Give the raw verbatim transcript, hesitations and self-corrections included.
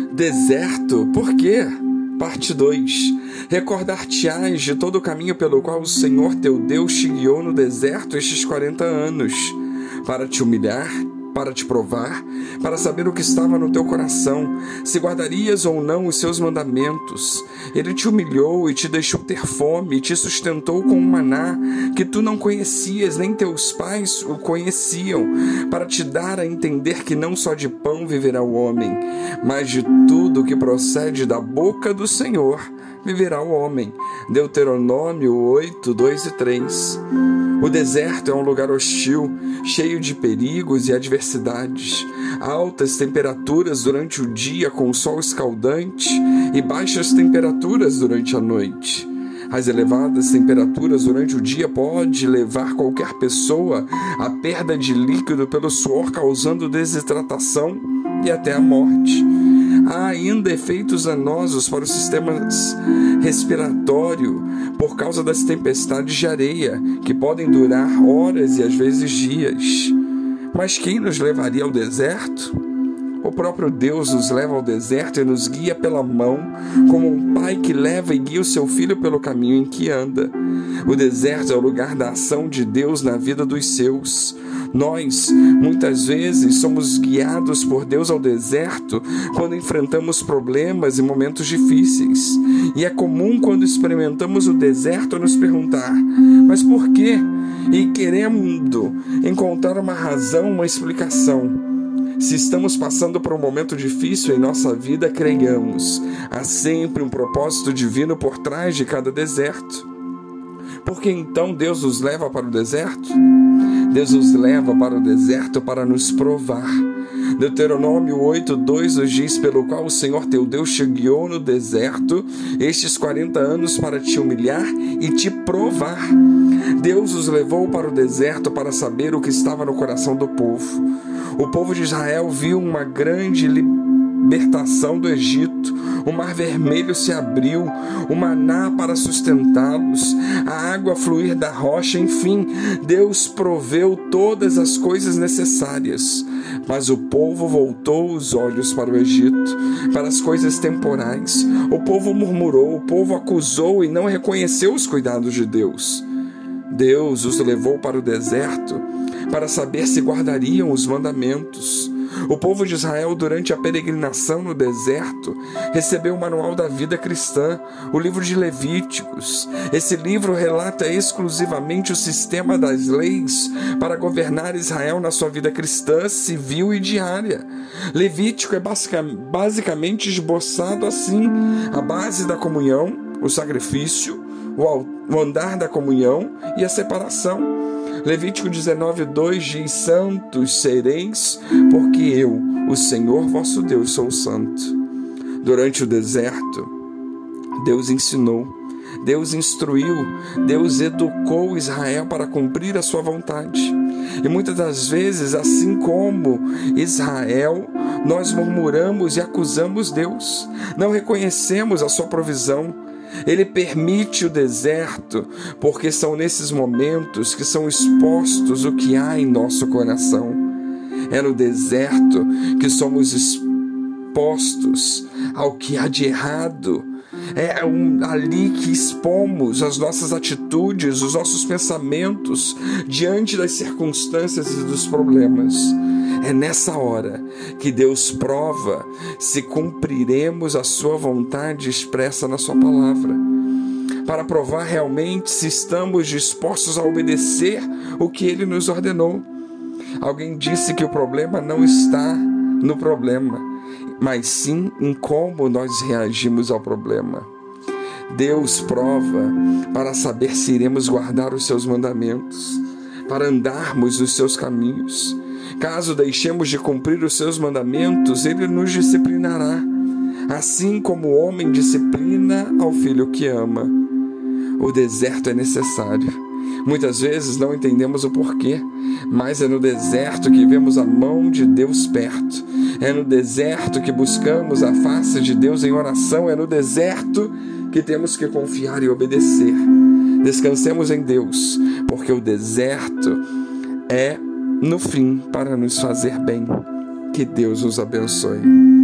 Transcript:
Deserto, por quê? Parte dois. Recordar-te-ás de todo o caminho pelo qual o Senhor teu Deus te guiou no deserto estes quarenta anos, para te humilhar, para te provar, para saber o que estava no teu coração, se guardarias ou não os seus mandamentos. Ele te humilhou e te deixou ter fome, e te sustentou com um maná que tu não conhecias, nem teus pais o conheciam, para te dar a entender que não só de pão viverá o homem, mas de tudo que procede da boca do Senhor viverá o homem. Deuteronômio oito, dois e três. O deserto é um lugar hostil, cheio de perigos e adversidades, altas temperaturas durante o dia com o sol escaldante e baixas temperaturas durante a noite. As elevadas temperaturas durante o dia podem levar qualquer pessoa à perda de líquido pelo suor, causando desidratação e até a morte. Há ainda efeitos danosos para o sistema respiratório por causa das tempestades de areia, que podem durar horas e às vezes dias. Mas quem nos levaria ao deserto? O próprio Deus nos leva ao deserto e nos guia pela mão, como um pai que leva e guia o seu filho pelo caminho em que anda. O deserto é o lugar da ação de Deus na vida dos seus. Nós, muitas vezes, somos guiados por Deus ao deserto quando enfrentamos problemas e momentos difíceis. E é comum, quando experimentamos o deserto, nos perguntar: mas por quê? E querendo encontrar uma razão, uma explicação. Se estamos passando por um momento difícil em nossa vida, creiamos, há sempre um propósito divino por trás de cada deserto. Por que então Deus nos leva para o deserto? Deus nos leva para o deserto para nos provar. Deuteronômio oito, dois nos diz: pelo qual o Senhor teu Deus te guiou no deserto estes quarenta anos para te humilhar e te provar. Deus os levou para o deserto para saber o que estava no coração do povo. O povo de Israel viu uma grande libertação do Egito. O mar vermelho se abriu, o maná para sustentá-los, a água fluir da rocha, enfim, Deus proveu todas as coisas necessárias. Mas o povo voltou os olhos para o Egito, para as coisas temporais. O povo murmurou, o povo acusou e não reconheceu os cuidados de Deus. Deus os levou para o deserto para saber se guardariam os mandamentos. O povo de Israel, durante a peregrinação no deserto, recebeu o manual da vida cristã, o livro de Levíticos. Esse livro relata exclusivamente o sistema das leis para governar Israel na sua vida cristã, civil e diária. Levítico é basicamente esboçado assim: a base da comunhão, o sacrifício, o andar da comunhão e a separação. Levítico dezenove, dois diz: santos sereis, porque eu, o Senhor vosso Deus, sou santo. Durante o deserto, Deus ensinou, Deus instruiu, Deus educou Israel para cumprir a sua vontade. E muitas das vezes, assim como Israel, nós murmuramos e acusamos Deus, não reconhecemos a sua provisão. Ele permite o deserto, porque são nesses momentos que são expostos o que há em nosso coração. É no deserto que somos expostos ao que há de errado. É um, ali que expomos as nossas atitudes, os nossos pensamentos diante das circunstâncias e dos problemas. É nessa hora que Deus prova se cumpriremos a sua vontade expressa na sua palavra, para provar realmente se estamos dispostos a obedecer o que Ele nos ordenou. Alguém disse que o problema não está no problema, mas sim em como nós reagimos ao problema. Deus prova para saber se iremos guardar os seus mandamentos, para andarmos nos seus caminhos. Caso deixemos de cumprir os seus mandamentos, Ele nos disciplinará, assim como o homem disciplina ao filho que ama. O deserto é necessário. Muitas vezes não entendemos o porquê, mas é no deserto que vemos a mão de Deus perto. É no deserto que buscamos a face de Deus em oração. É no deserto que temos que confiar e obedecer. Descansemos em Deus, porque o deserto é, no fim, para nos fazer bem. Que Deus nos abençoe.